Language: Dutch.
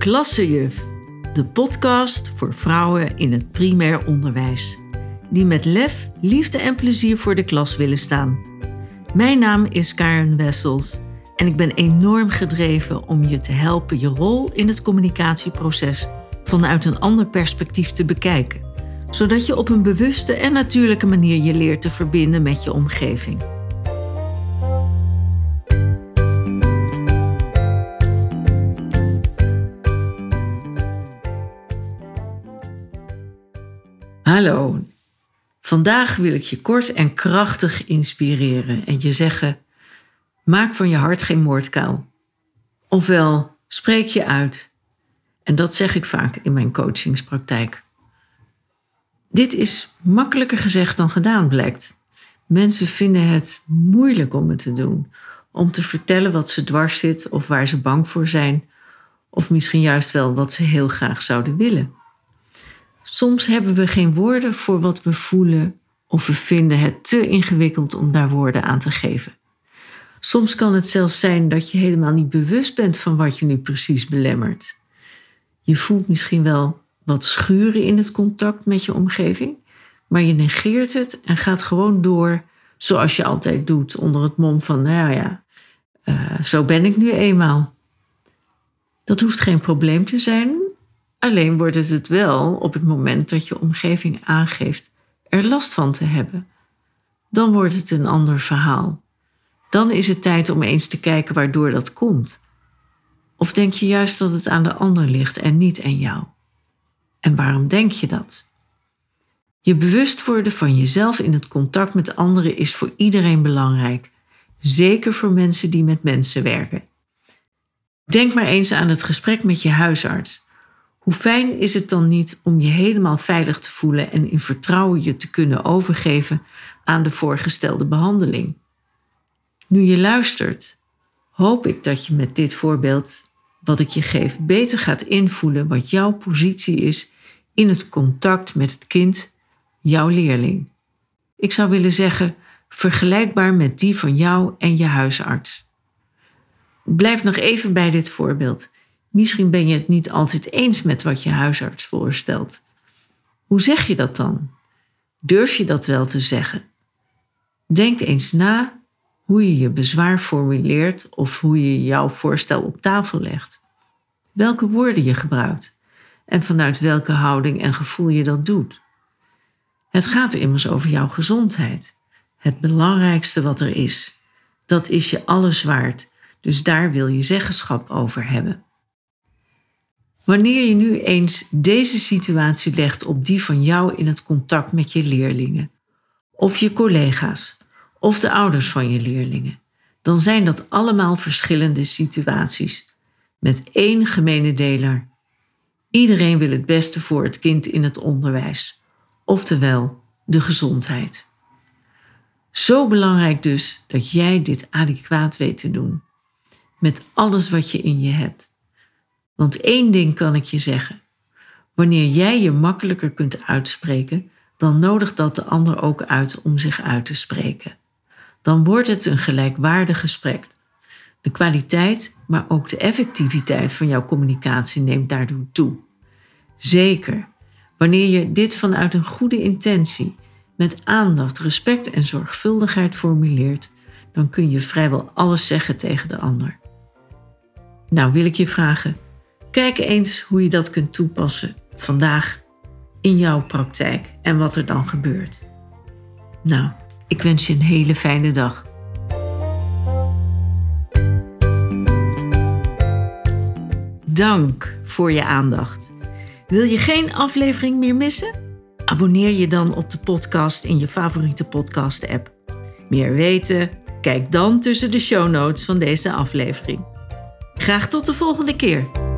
Klassenjuf, de podcast voor vrouwen in het primair onderwijs. Die met lef, liefde en plezier voor de klas willen staan. Mijn naam is Karen Wessels en ik ben enorm gedreven om je te helpen je rol in het communicatieproces vanuit een ander perspectief te bekijken. Zodat je op een bewuste en natuurlijke manier je leert te verbinden met je omgeving. Hallo, vandaag wil ik je kort en krachtig inspireren en je zeggen: maak van je hart geen moordkuil. Ofwel, spreek je uit. En dat zeg ik vaak in mijn coachingspraktijk. Dit is makkelijker gezegd dan gedaan, blijkt. Mensen vinden het moeilijk om het te doen, om te vertellen wat ze dwars zit of waar ze bang voor zijn, of misschien juist wel wat ze heel graag zouden willen. Soms hebben we geen woorden voor wat we voelen of we vinden het te ingewikkeld om daar woorden aan te geven. Soms kan het zelfs zijn dat je helemaal niet bewust bent van wat je nu precies belemmert. Je voelt misschien wel wat schuren in het contact met je omgeving, maar je negeert het en gaat gewoon door zoals je altijd doet, onder het mom van, zo ben ik nu eenmaal. Dat hoeft geen probleem te zijn. Alleen wordt het wel op het moment dat je omgeving aangeeft er last van te hebben. Dan wordt het een ander verhaal. Dan is het tijd om eens te kijken waardoor dat komt. Of denk je juist dat het aan de ander ligt en niet aan jou? En waarom denk je dat? Je bewust worden van jezelf in het contact met anderen is voor iedereen belangrijk. Zeker voor mensen die met mensen werken. Denk maar eens aan het gesprek met je huisarts. Hoe fijn is het dan niet om je helemaal veilig te voelen en in vertrouwen je te kunnen overgeven aan de voorgestelde behandeling? Nu je luistert, hoop ik dat je met dit voorbeeld wat ik je geef beter gaat invoelen wat jouw positie is in het contact met het kind, jouw leerling. Ik zou willen zeggen, vergelijkbaar met die van jou en je huisarts. Blijf nog even bij dit voorbeeld. Misschien ben je het niet altijd eens met wat je huisarts voorstelt. Hoe zeg je dat dan? Durf je dat wel te zeggen? Denk eens na hoe je je bezwaar formuleert of hoe je jouw voorstel op tafel legt. Welke woorden je gebruikt en vanuit welke houding en gevoel je dat doet. Het gaat immers over jouw gezondheid. Het belangrijkste wat er is. Dat is je alles waard, dus daar wil je zeggenschap over hebben. Wanneer je nu eens deze situatie legt op die van jou in het contact met je leerlingen, of je collega's, of de ouders van je leerlingen, dan zijn dat allemaal verschillende situaties, met één gemene deler. Iedereen wil het beste voor het kind in het onderwijs, oftewel de gezondheid. Zo belangrijk dus dat jij dit adequaat weet te doen, met alles wat je in je hebt. Want één ding kan ik je zeggen. Wanneer jij je makkelijker kunt uitspreken, dan nodigt dat de ander ook uit om zich uit te spreken. Dan wordt het een gelijkwaardig gesprek. De kwaliteit, maar ook de effectiviteit van jouw communicatie neemt daardoor toe. Zeker, wanneer je dit vanuit een goede intentie, met aandacht, respect en zorgvuldigheid formuleert, dan kun je vrijwel alles zeggen tegen de ander. Nou wil ik je vragen, kijk eens hoe je dat kunt toepassen vandaag in jouw praktijk en wat er dan gebeurt. Nou, ik wens je een hele fijne dag. Dank voor je aandacht. Wil je geen aflevering meer missen? Abonneer je dan op de podcast in je favoriete podcast-app. Meer weten? Kijk dan tussen de show notes van deze aflevering. Graag tot de volgende keer.